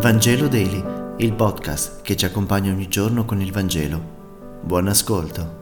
Vangelo Daily, il podcast che ci accompagna ogni giorno con il Vangelo. Buon ascolto.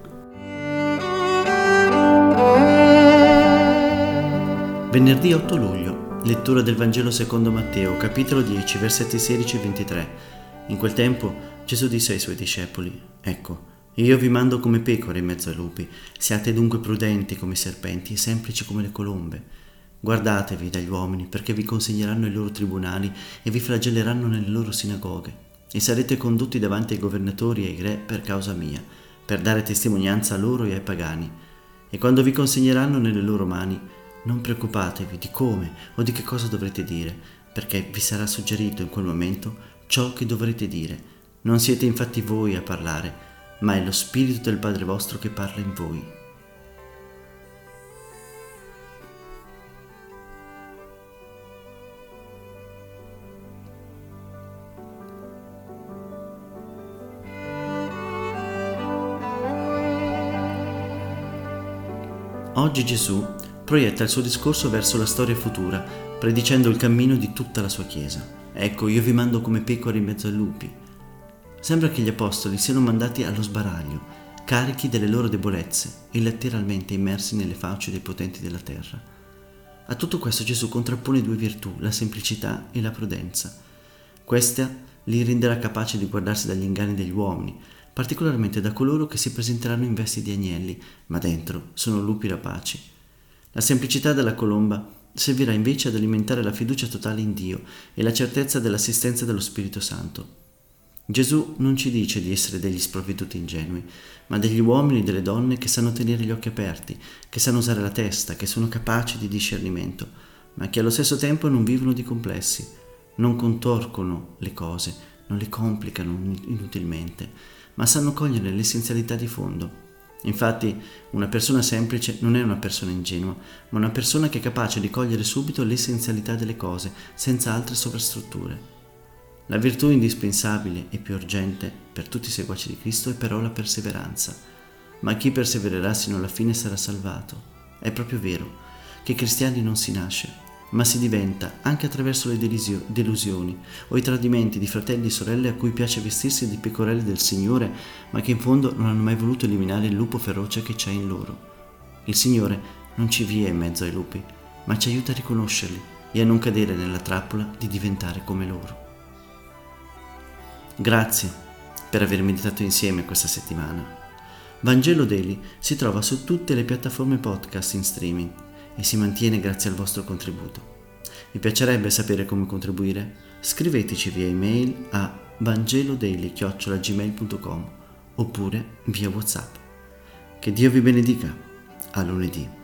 Venerdì 8 luglio, lettura del Vangelo secondo Matteo, capitolo 10, versetti 16 e 23. In quel tempo Gesù disse ai suoi discepoli: Ecco, io vi mando come pecore in mezzo ai lupi, siate dunque prudenti come i serpenti e semplici come le colombe. Guardatevi dagli uomini, perché vi consegneranno ai loro tribunali e vi flagelleranno nelle loro sinagoghe, e sarete condotti davanti ai governatori e ai re per causa mia, per dare testimonianza a loro e ai pagani. E quando vi consegneranno nelle loro mani, non preoccupatevi di come o di che cosa dovrete dire, perché vi sarà suggerito in quel momento ciò che dovrete dire. Non siete infatti voi a parlare, ma è lo Spirito del Padre vostro che parla in voi. Oggi Gesù proietta il suo discorso verso la storia futura, predicendo il cammino di tutta la sua Chiesa. Ecco, io vi mando come pecore in mezzo ai lupi. Sembra che gli apostoli siano mandati allo sbaraglio, carichi delle loro debolezze e letteralmente immersi nelle fauci dei potenti della terra. A tutto questo Gesù contrappone due virtù, la semplicità e la prudenza. Questa li renderà capaci di guardarsi dagli inganni degli uomini, particolarmente da coloro che si presenteranno in vesti di agnelli, ma dentro sono lupi rapaci. La semplicità della colomba servirà invece ad alimentare la fiducia totale in Dio e la certezza dell'assistenza dello Spirito Santo. Gesù non ci dice di essere degli sprovveduti ingenui, ma degli uomini e delle donne che sanno tenere gli occhi aperti, che sanno usare la testa, che sono capaci di discernimento, ma che allo stesso tempo non vivono di complessi, non contorcono le cose, non le complicano inutilmente, ma sanno cogliere l'essenzialità di fondo. Infatti, una persona semplice non è una persona ingenua, ma una persona che è capace di cogliere subito l'essenzialità delle cose, senza altre sovrastrutture. La virtù indispensabile e più urgente per tutti i seguaci di Cristo è però la perseveranza. Ma chi persevererà sino alla fine sarà salvato. È proprio vero che cristiani non si nasce, ma si diventa anche attraverso le delusioni o i tradimenti di fratelli e sorelle a cui piace vestirsi di pecorelli del Signore, ma che in fondo non hanno mai voluto eliminare il lupo feroce che c'è in loro. Il Signore non ci via in mezzo ai lupi, ma ci aiuta a riconoscerli e a non cadere nella trappola di diventare come loro. Grazie per aver meditato insieme questa settimana. Vangelo Daily si trova su tutte le piattaforme podcast in streaming e si mantiene grazie al vostro contributo. Vi piacerebbe sapere come contribuire? Scriveteci via email a vangelodaily@gmail.com oppure via WhatsApp. Che Dio vi benedica. A lunedì.